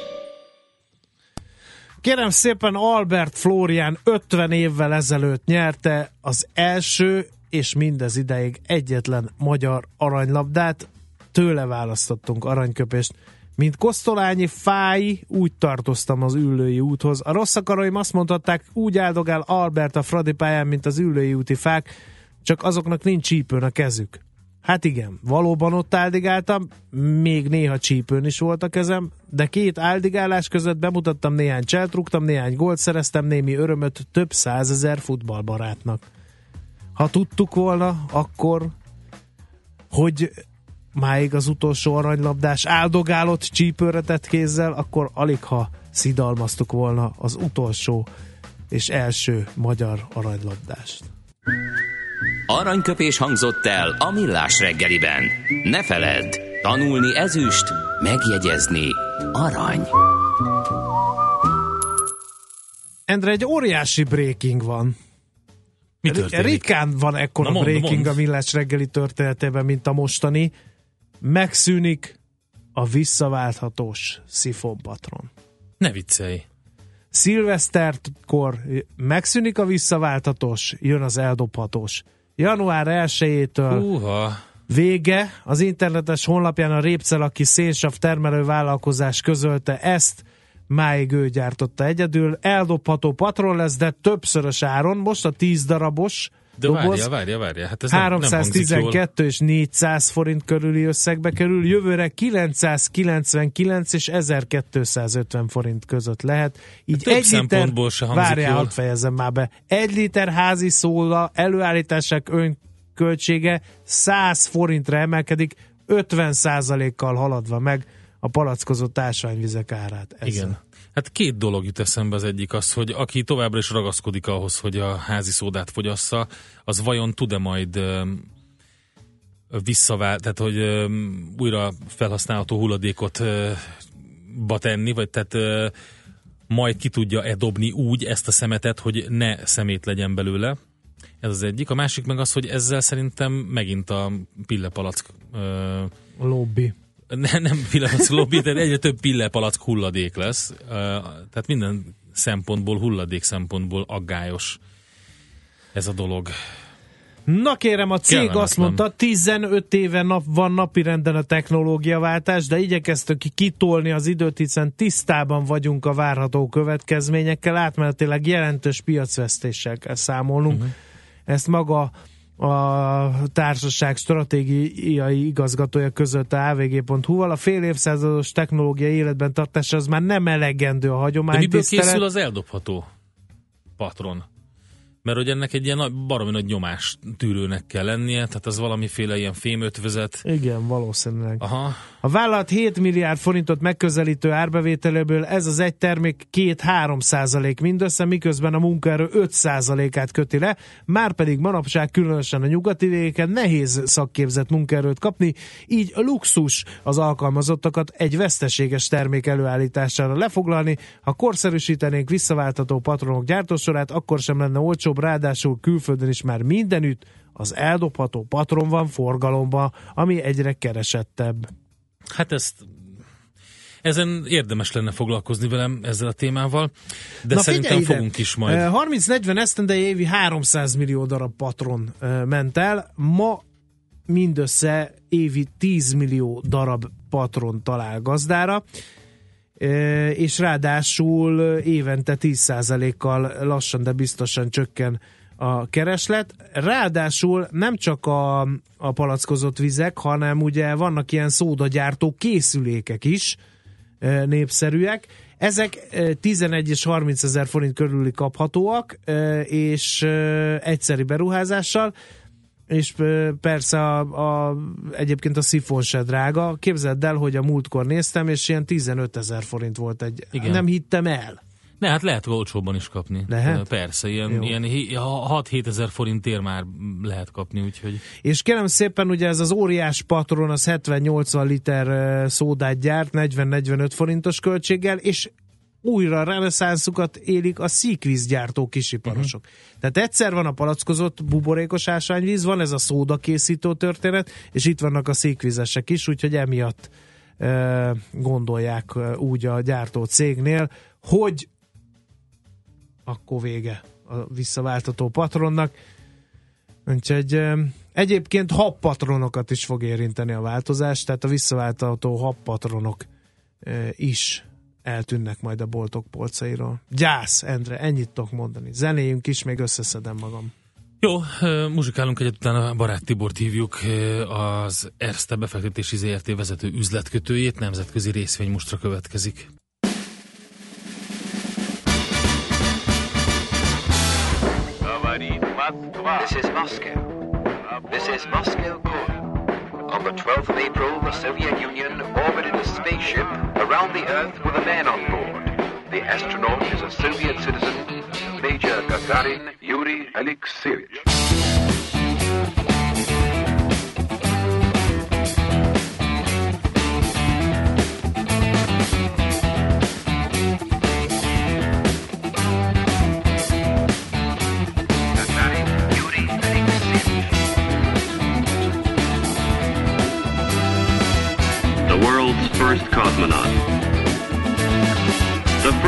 Kérem szépen, Albert Flórián 50 évvel ezelőtt nyerte az első és mindez ideig egyetlen magyar aranylabdát. Tőle választottunk aranyköpést. Mint Kosztolányi Fáy, úgy tartoztam az Üllői úthoz. A rossz akaróim azt mondhatták, úgy áldogál Albert a Fradi pályán, mint az Üllői úti fák, csak azoknak nincs csípőn a kezük. Hát igen, valóban ott áldigáltam, még néha csípőn is volt a kezem, de két áldigálás között bemutattam néhány cselt, rúgtam néhány gólt, szereztem némi örömöt több 100 000 futballbarátnak. Ha tudtuk volna akkor, hogy máig az utolsó aranylabdás áldogálott csípőre tett kézzel, akkor aligha szidalmaztuk volna az utolsó és első magyar aranylabdást. Aranyköpés hangzott el a millás reggeliben. Ne feledd, tanulni ezüst, megjegyezni arany. Endre, egy óriási breaking van. Mi történik? Ritkán van ekkora breaking a millás reggeli történetében, mint a mostani. Megszűnik a visszaválthatós szifonpatron. Ne viccelj. Szilveszterkor megszűnik a visszaváltatós, jön az eldobhatós. Január 1-től vége. Az internetes honlapján a Répcelaki szénsav termelő vállalkozás közölte ezt, máig ő gyártotta egyedül. Eldobható patron lesz, de többszörös áron. Most a 10 darabos doboz. Várja. Hát ez 312 és 400 forint körüli összegbe kerül. Jövőre 999 és 1250 forint között lehet. Így több egy liter, szempontból se hangzik várjál, jól. hadd fejezzem már be. 1 liter házi szóla előállításák önköltsége 100 forintra emelkedik, 50%-kal haladva meg a palackozott ásványvizek árát. Ezzel. Igen. Hát 2 dolog jut eszembe, az egyik az, hogy aki továbbra is ragaszkodik ahhoz, hogy a házi szódát fogyassza, az vajon tud-e majd tehát hogy újra felhasználható hulladékot tenni, vagy tehát majd ki tudja-e dobni úgy ezt a szemetet, hogy ne szemét legyen belőle. Ez az egyik. A másik meg az, hogy ezzel szerintem megint a pillepalack lobby. Nem pillepalack lobby, de egyre több pillepalack hulladék lesz. Tehát minden szempontból, hulladék szempontból aggályos ez a dolog. Na kérem, a cég azt mondta, 15 éve van napirenden a technológiaváltás, de igyekeztük kitolni az időt, hiszen tisztában vagyunk a várható következményekkel, átmenetileg jelentős piacvesztéssel kell számolnunk. Ezt maga a társaság stratégiai igazgatója között a avg.hu-val. A fél évszázados technológiai életben tartása az már nem elegendő a hagyománytisztelet. De miből készül az eldobható patron? Mert hogy ennek egy ilyen baromi nagy nyomás tűrőnek kell lennie, tehát az valamiféle ilyen fémötvözet. Igen, valószínűleg. Aha. A vállalat 7 milliárd forintot megközelítő árbevételéből ez az egy termék 2-3% mindössze, miközben a munkaerő 5%-át köti le, márpedig manapság különösen a nyugati végeken nehéz szakképzett munkaerőt kapni, így luxus az alkalmazottakat egy veszteséges termék előállítására lefoglalni. Ha korszerűsítenénk visszaváltató patronok gyártósorát, akkor sem lenne olcsóbb, ráadásul külföldön is már mindenütt az eldobható patron van forgalomban, ami egyre keresettebb. Hát ezen érdemes lenne foglalkozni velem ezzel a témával, de szerintem fogunk is majd. 30-40 esztendei évi 300 millió darab patron ment el, ma mindössze évi 10 millió darab patron talál gazdára, és ráadásul évente 10%-kal lassan, de biztosan csökken a kereslet. Ráadásul nem csak a palackozott vizek, hanem ugye vannak ilyen szódagyártó készülékek is népszerűek. Ezek 11 és 30 ezer forint körüli kaphatóak, és egyszeri beruházással, és persze egyébként a szifon se drága. Képzeld el, hogy a múltkor néztem, és ilyen 15 ezer forint volt egy. Igen. Nem hittem el. Ne, hát lehet olcsóbban is kapni. Lehet? Persze, ilyen 6-7 ezer forintért már lehet kapni, úgyhogy... És kérem szépen, ugye ez az óriás patron, az 70-80 liter szódát gyárt, 40-45 forintos költséggel, és újra reneszánszukat élik a szíkvízgyártó kisiparosok. Tehát egyszer van a palackozott buborékos ásványvíz, van ez a szódakészítő történet, és itt vannak a szíkvizesek is, úgyhogy emiatt gondolják úgy a gyártó cégnél, hogy akkor vége a visszaváltató patronnak. Úgyhogy egyébként habpatronokat is fog érinteni a változás, tehát a visszaváltató habpatronok is eltűnnek majd a boltok polcairól. Gyász, Endre, ennyit tudok mondani. Zenéjünk is, még összeszedem magam. Jó, muzsikálunk egyet, utána Barát Tibort hívjuk, az Erste befektetési ZRT vezető üzletkötőjét, nemzetközi részvénymustra következik. This is Moscow. This is Moscow calling. On the 12th of April, the Soviet Union orbited a spaceship around the Earth with a man on board. The astronaut is a Soviet citizen, Major Gagarin Yuri Alexeyevich. The world's first cosmonaut. The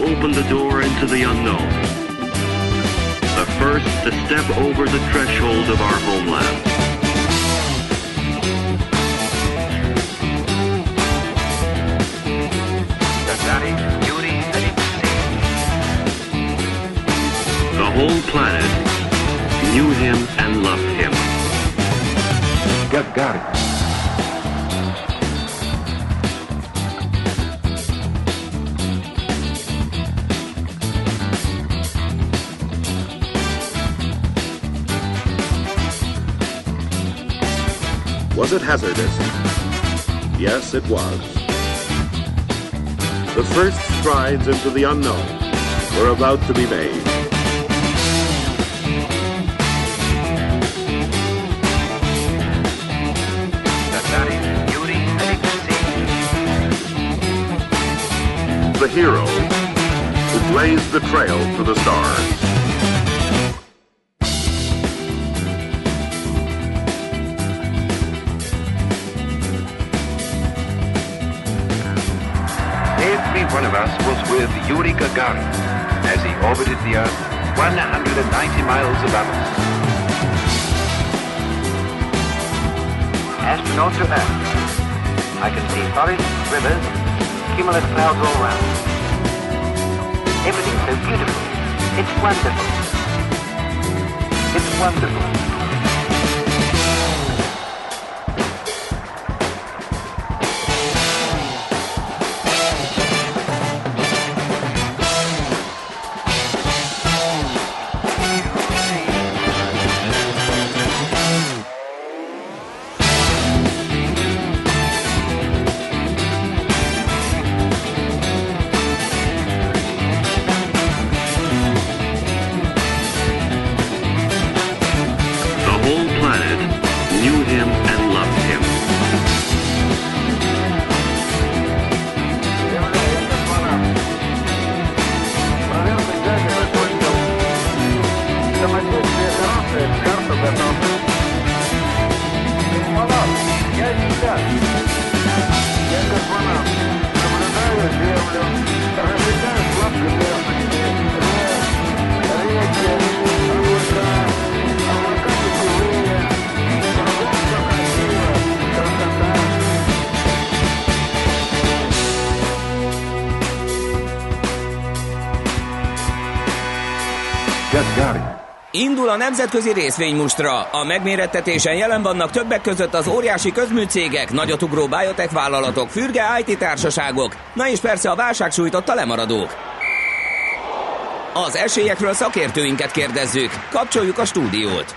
open the door into the unknown. The first to step over the threshold of our homeland. The whole planet knew him and loved him. Gagarin. Was it hazardous? Yes, it was. The first strides into the unknown were about to be made. The hero who blazed the trail to the stars. Every one of us was with Yuri Gagarin as he orbited the Earth 190 miles above us. Astronauts on Earth. I can see forests, rivers, cumulus clouds all around. Everything's so beautiful. It's wonderful. It's wonderful. Indul a nemzetközi részvénymustra. A megmérettetésen jelen vannak többek között az óriási közműcégek, nagyotugró biotech vállalatok, fürge IT társaságok, na és persze a válság sújtotta lemaradók. Az esélyekről szakértőinket kérdezzük. Kapcsoljuk a stúdiót.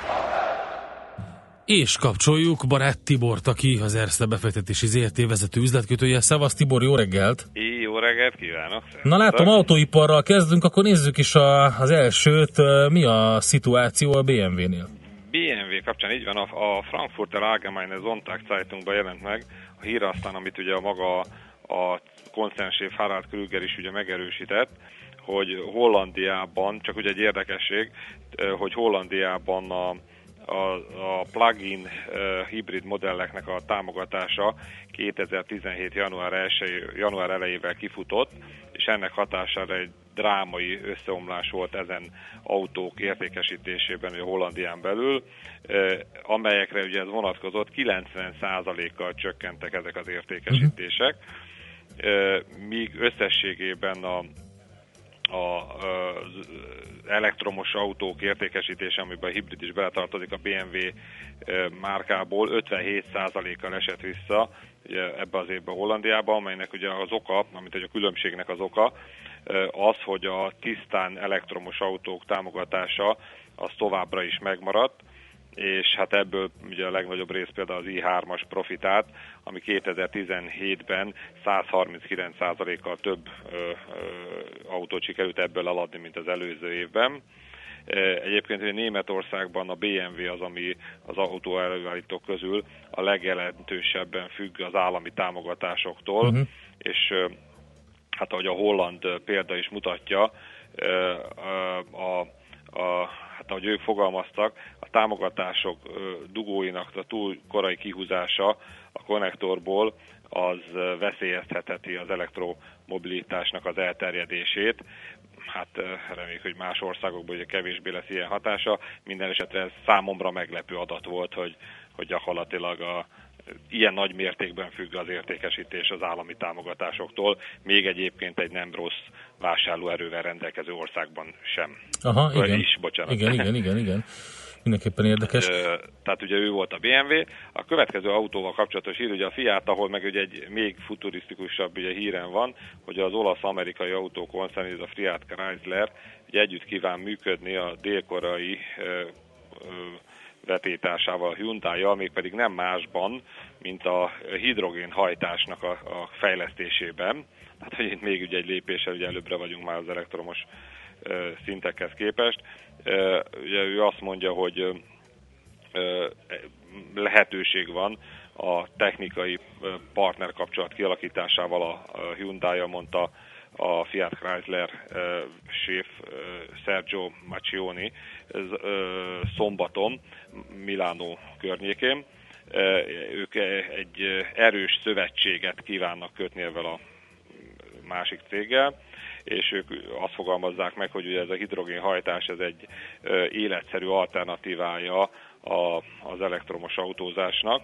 És kapcsoljuk Barát Tibort, aki az Erste befektetési ZRT vezető üzletkötője. Szevasz Tibor, jó reggelt! Jó reggelt kívánok! Na látom, autóiparral kezdünk, akkor nézzük is az elsőt. Mi a szituáció a BMW-nél? BMW kapcsán így van, a Frankfurter Allgemeine Sonntagszeitung-ban jelent meg a hír, aztán amit ugye maga a konzernchef Harald Krüger is ugye megerősített, hogy Hollandiában, csak ugye egy érdekesség, hogy Hollandiában a plug-in hibrid modelleknek a támogatása 2017. január elejével kifutott, és ennek hatására egy drámai összeomlás volt ezen autók értékesítésében a Hollandián belül, amelyekre ugye ez vonatkozott, 90%-kal csökkentek ezek az értékesítések, míg összességében az elektromos autók értékesítése, amiben a hibrid is beletartozik a BMW márkából, 57%-kal esett vissza ebbe az évben Hollandiában, amelynek ugye az oka, amit a különbségnek az oka, az, hogy a tisztán elektromos autók támogatása az továbbra is megmaradt, és hát ebből ugye a legnagyobb rész például az i3-as profitált, ami 2017-ben 139%-kal több autót sikerült ebből eladni, mint az előző évben. Egyébként ugye Németországban a BMW az, ami az autó előállítók közül a legjelentősebben függ az állami támogatásoktól, és hát ahogy a holland példa is mutatja, hát ahogy ők fogalmaztak, a támogatások dugóinak a túl korai kihúzása a konnektorból az veszélyeztetheti az elektromobilitásnak az elterjedését. Hát reméljük, hogy más országokban ugye kevésbé lesz ilyen hatása. Minden esetre ez számomra meglepő adat volt, hogy gyakorlatilag ilyen nagy mértékben függ az értékesítés az állami támogatásoktól, még egyébként egy nem rossz vásárlóerővel rendelkező országban sem. Aha, igen. Is, bocsánat. Igen. Mindenképpen érdekes. Tehát ugye ő volt a BMW. A következő autóval kapcsolatos hír, ugye a Fiat, ahol meg ugye egy még futurisztikusabb ugye híren van, hogy az olasz-amerikai autókoncern, ez a Fiat Chrysler, ugye együtt kíván működni a dél-koreai vetétársával, a Hyundai-jal, mégpedig nem másban, mint a hidrogénhajtásnak a fejlesztésében. Hát, hogy itt még ugye egy lépéssel ugye előbbre vagyunk már az elektromos szintekhez képest. Ugye ő azt mondja, hogy lehetőség van a technikai partnerkapcsolat kialakításával a Hyundai-ja, mondta a Fiat Chrysler séf Sergio Maccioni szombaton Milánó környékén. Ők egy erős szövetséget kívánnak kötni ezzel a másik céggel, és ők azt fogalmazzák meg, hogy ugye ez a hidrogénhajtás ez egy életszerű alternatívája az elektromos autózásnak.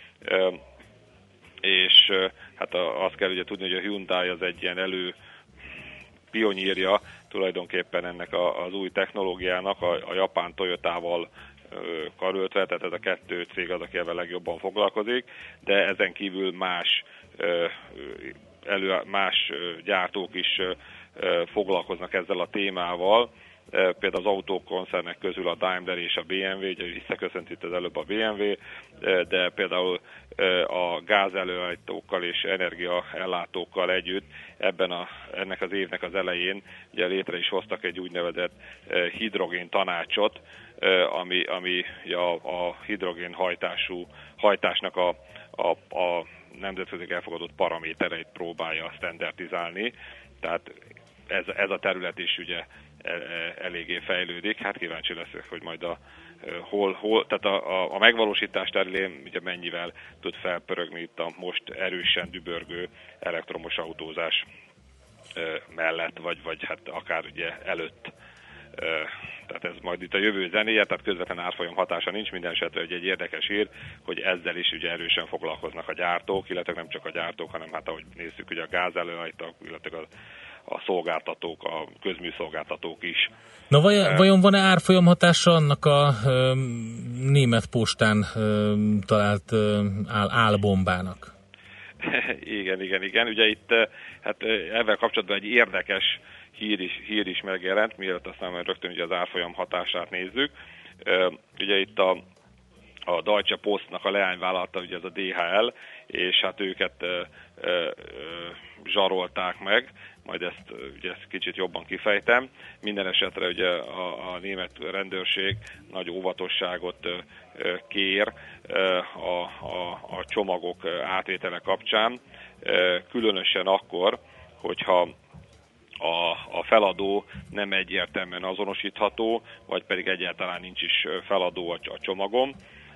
És hát azt kell ugye tudni, hogy a Hyundai az egy ilyen pionírja tulajdonképpen ennek az új technológiának, a japán Toyotával karöltve, tehát ez a kettő cég az, aki ebben legjobban foglalkozik, de ezen kívül más gyártók is foglalkoznak ezzel a témával. Például az autókoncernek közül a Daimler és a BMW, ugye visszaköszönt itt az előbb a BMW, de például a gázelőállítókkal és energiaellátókkal együtt ennek az évnek az elején ugye létre is hoztak egy úgynevezett hidrogén tanácsot, ami a hidrogén hajtásnak a nemzetközi elfogadott paramétereit próbálja standardizálni. Tehát ez a terület is ugye eléggé fejlődik. Hát kíváncsi leszek, hogy majd tehát a megvalósítás terén ugye mennyivel tud felpörögni itt a most erősen dübörgő elektromos autózás mellett, vagy hát akár ugye előtt. Tehát ez majd itt a jövő zenéje, tehát közvetlen árfolyam hatása nincs, minden esetre egy érdekes hír, hogy ezzel is ugye erősen foglalkoznak a gyártók, illetve nem csak a gyártók, hanem hát ahogy nézzük, ugye a gázelőállítók, illetve a szolgáltatók, a közműszolgáltatók is. Na vajon van-e árfolyam hatása annak a német postán talált álbombának? Igen. Ugye itt hát ezzel kapcsolatban egy érdekes hír is megjelent, mielőtt aztán majd rögtön ugye az árfolyam hatását nézzük. Ugye itt a Deutsche Postnak a leányvállalata, ugye ez a DHL, és hát őket zsarolták meg, majd ezt kicsit jobban kifejtem. Minden esetre ugye a német rendőrség nagy óvatosságot kér a csomagok átvétele kapcsán, különösen akkor, hogyha a feladó nem egyértelműen azonosítható, vagy pedig egyáltalán nincs is feladó a csomagon.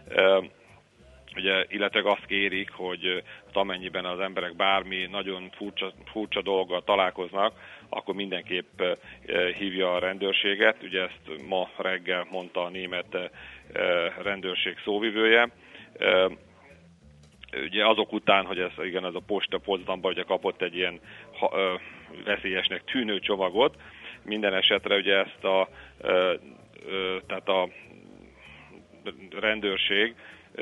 Ugye, illetve azt kérik, hogy amennyiben az emberek bármi nagyon furcsa dologgal találkoznak, akkor mindenképp hívja a rendőrséget. Ugye ezt ma reggel mondta a német rendőrség szóvivője. Ugye azok után, hogy ez a Posta Potsdamban ugye kapott egy ilyen veszélyesnek tűnő csomagot, minden esetre ugye ezt tehát a rendőrség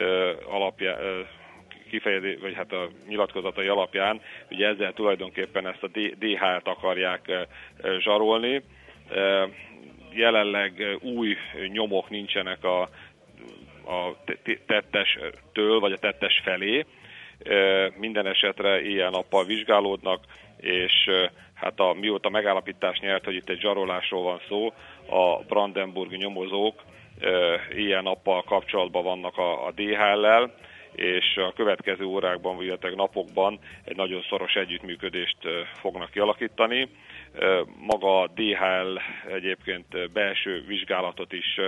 vagy hát a nyilatkozatai alapján ugye ezzel tulajdonképpen ezt a DHL-t akarják zsarolni. Jelenleg új nyomok nincsenek a tettestől, vagy a tettes felé. Minden esetre éjjel-nappal vizsgálódnak, és hát mióta megállapítást nyert, hogy itt egy zsarolásról van szó, a brandenburgi nyomozók éjjel-nappal kapcsolatban vannak a DHL-lel, és a következő órákban, illetve napokban egy nagyon szoros együttműködést fognak kialakítani. Maga a DHL egyébként belső vizsgálatot is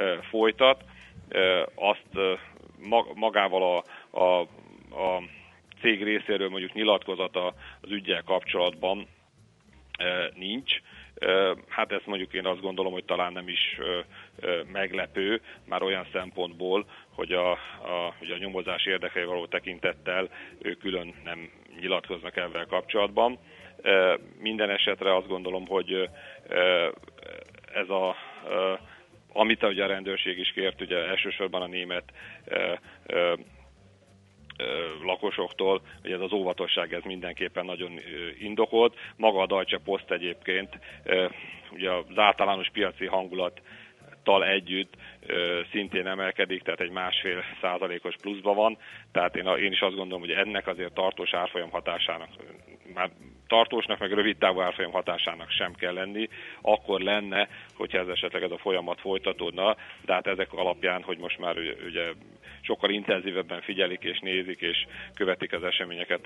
folytat. Azt magával a cég részéről mondjuk nyilatkozata az üggyel kapcsolatban nincs. Hát ezt mondjuk én azt gondolom, hogy talán nem is meglepő, már olyan szempontból, hogy ugye a nyomozás érdekei való tekintettel ők külön nem nyilatkoznak ezzel kapcsolatban. Minden esetre azt gondolom, hogy ez amit ugye a rendőrség is kért, ugye elsősorban a német lakosoktól, hogy ez az óvatosság, ez mindenképpen nagyon indokolt. Maga a Deutsche Post egyébként ugye az általános piaci hangulattal együtt szintén emelkedik, tehát egy 1,5%-os pluszban van, tehát én is azt gondolom, hogy ennek azért tartós árfolyam hatásának, már tartósnak, meg rövid távú árfolyam hatásának sem kell lenni, akkor lenne, hogyha esetleg ez a folyamat folytatódna, de hát ezek alapján, hogy most már ugye sokkal intenzívebben figyelik és nézik és követik az eseményeket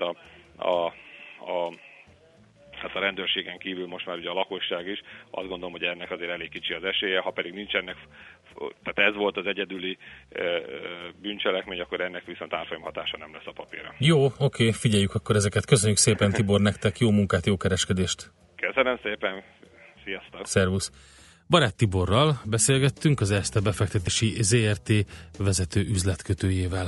hát a rendőrségen kívül most már ugye a lakosság is, azt gondolom, hogy ennek azért elég kicsi az esélye, ha pedig nincsenek, tehát ez volt az egyedüli bűncselekmény, akkor ennek viszont árfolyam hatása nem lesz a papírra. Jó, oké, figyeljük akkor ezeket. Köszönjük szépen, Tibor, nektek jó munkát, jó kereskedést. Köszönöm szépen, sziasztok! Szervusz! Barát Tiborral beszélgettünk, az Erste befektetési ZRT vezető üzletkötőjével.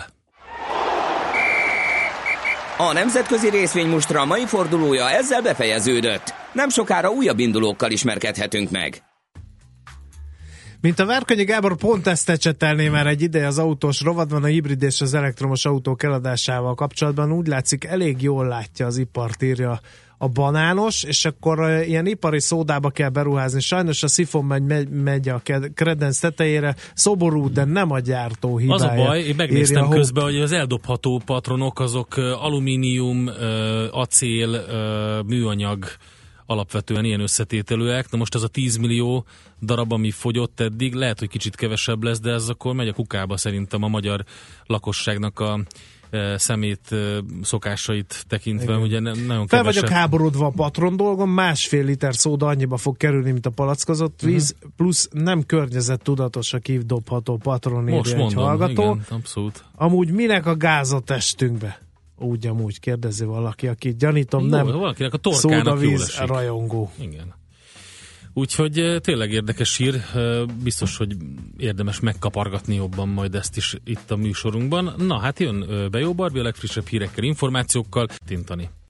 A nemzetközi részvénymustra mai fordulója ezzel befejeződött. Nem sokára újabb indulókkal ismerkedhetünk meg. Mint a Várkonyi Gábor pont ezt ecsetelné már egy ideje az autós rovatban, a hibrid és az elektromos autók eladásával kapcsolatban. Úgy látszik, elég jól látja az ipart, írja a Banános, és akkor ilyen ipari szódába kell beruházni. Sajnos a szifon megy a Credence tetejére, szoború, de nem a gyártó hibája. Az a baj, én megnéztem közben, hogy az eldobható patronok azok alumínium, acél, műanyag alapvetően ilyen összetételőek. Na most az a 10 millió darab, ami fogyott eddig, lehet, hogy kicsit kevesebb lesz, de ez akkor megy a kukába szerintem a magyar lakosságnak a szemét szokásait tekintve, igen. Ugye nagyon kevesebb. Fel vagyok háborodva a patron dolgon, 1,5 liter szóda annyiba fog kerülni, mint a palackozott víz, plusz nem környezettudatos a kidobható patron, írja egy hallgató. Igen, abszolút. Amúgy minek a gáz a testünkbe? Úgy kérdezi valaki, aki gyanítom jó, nem valakinek a torkának jól esik. Rajongó. Igen. Úgyhogy tényleg érdekes hír, biztos, hogy érdemes megkapargatni jobban majd ezt is itt a műsorunkban. Na hát jön Bejó Barbi a legfrissebb hírekkel, információkkal. Tintani.